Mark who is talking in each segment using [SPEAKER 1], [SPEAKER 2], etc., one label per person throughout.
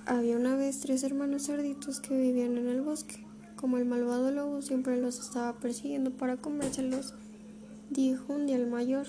[SPEAKER 1] Había una vez 3 hermanos cerditos que vivían en el bosque. Como el malvado lobo siempre los estaba persiguiendo para comérselos, dijo un día el mayor: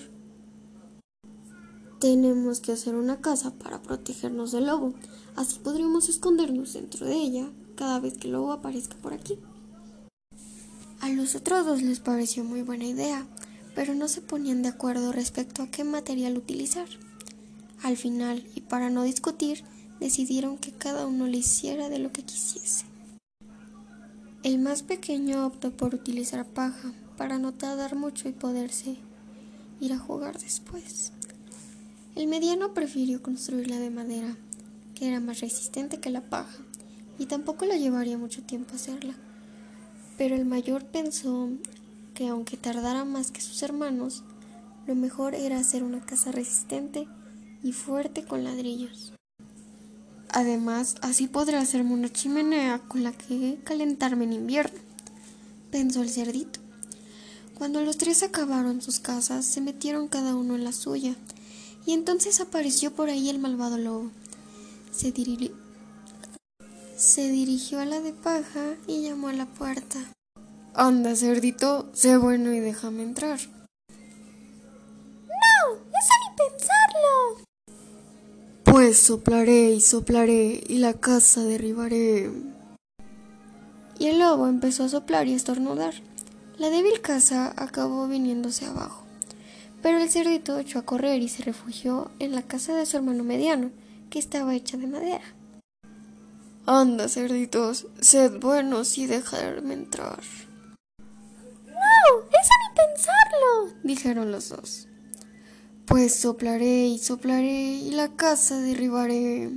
[SPEAKER 1] tenemos que hacer una casa para protegernos del lobo, así podremos escondernos dentro de ella cada vez que el lobo aparezca por aquí. A los otros dos les pareció muy buena idea, pero no se ponían de acuerdo respecto a qué material utilizar. Al final, y para no discutir, decidieron que cada uno le hiciera de lo que quisiese. El más pequeño optó por utilizar paja para no tardar mucho y poderse ir a jugar después. El mediano prefirió construirla de madera, que era más resistente que la paja, y tampoco le llevaría mucho tiempo hacerla. Pero el mayor pensó que aunque tardara más que sus hermanos, lo mejor era hacer una casa resistente y fuerte con ladrillos. Además, así podré hacerme una chimenea con la que calentarme en invierno, pensó el cerdito. Cuando los tres acabaron sus casas, se metieron cada uno en la suya, y entonces apareció por ahí el malvado lobo. Se dirigió a la de paja y llamó a la puerta. Anda, cerdito, sé bueno y déjame entrar.
[SPEAKER 2] No, eso ni pensarlo.
[SPEAKER 1] Pues soplaré y la casa derribaré. Y el lobo empezó a soplar y a estornudar. La débil casa acabó viniéndose abajo, pero el cerdito echó a correr y se refugió en la casa de su hermano mediano, que estaba hecha de madera. Anda, cerditos, sed buenos y dejadme entrar.
[SPEAKER 2] No, eso ni pensarlo,
[SPEAKER 1] dijeron los dos. Pues soplaré y la casa derribaré.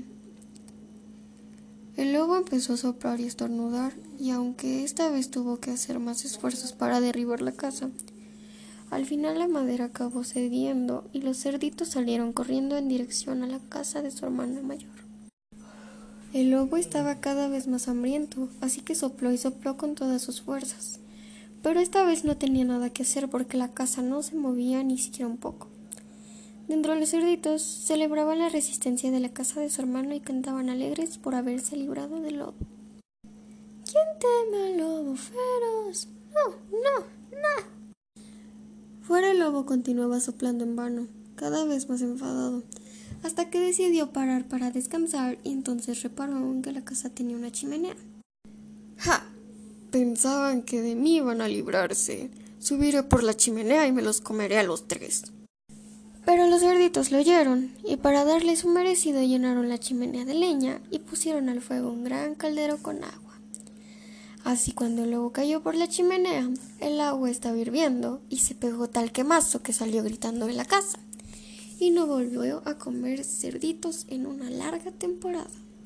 [SPEAKER 1] El lobo empezó a soplar y estornudar, y aunque esta vez tuvo que hacer más esfuerzos para derribar la casa, al final la madera acabó cediendo y los cerditos salieron corriendo en dirección a la casa de su hermano mayor. El lobo estaba cada vez más hambriento, así que sopló y sopló con todas sus fuerzas. Pero esta vez no tenía nada que hacer porque la casa no se movía ni siquiera un poco. Dentro de los cerditos celebraban la resistencia de la casa de su hermano y cantaban alegres por haberse librado del lobo. ¿Quién teme al lobo feroz? No. Fuera el lobo continuaba soplando en vano, cada vez más enfadado, hasta que decidió parar para descansar y entonces reparó en que la casa tenía una chimenea. ¡Ja! Pensaban que de mí iban a librarse. Subiré por la chimenea y me los comeré a los tres. Pero los cerditos lo oyeron, y para darle su merecido llenaron la chimenea de leña y pusieron al fuego un gran caldero con agua. Así cuando el lobo cayó por la chimenea, el agua estaba hirviendo y se pegó tal quemazo que salió gritando de la casa, y no volvió a comer cerditos en una larga temporada.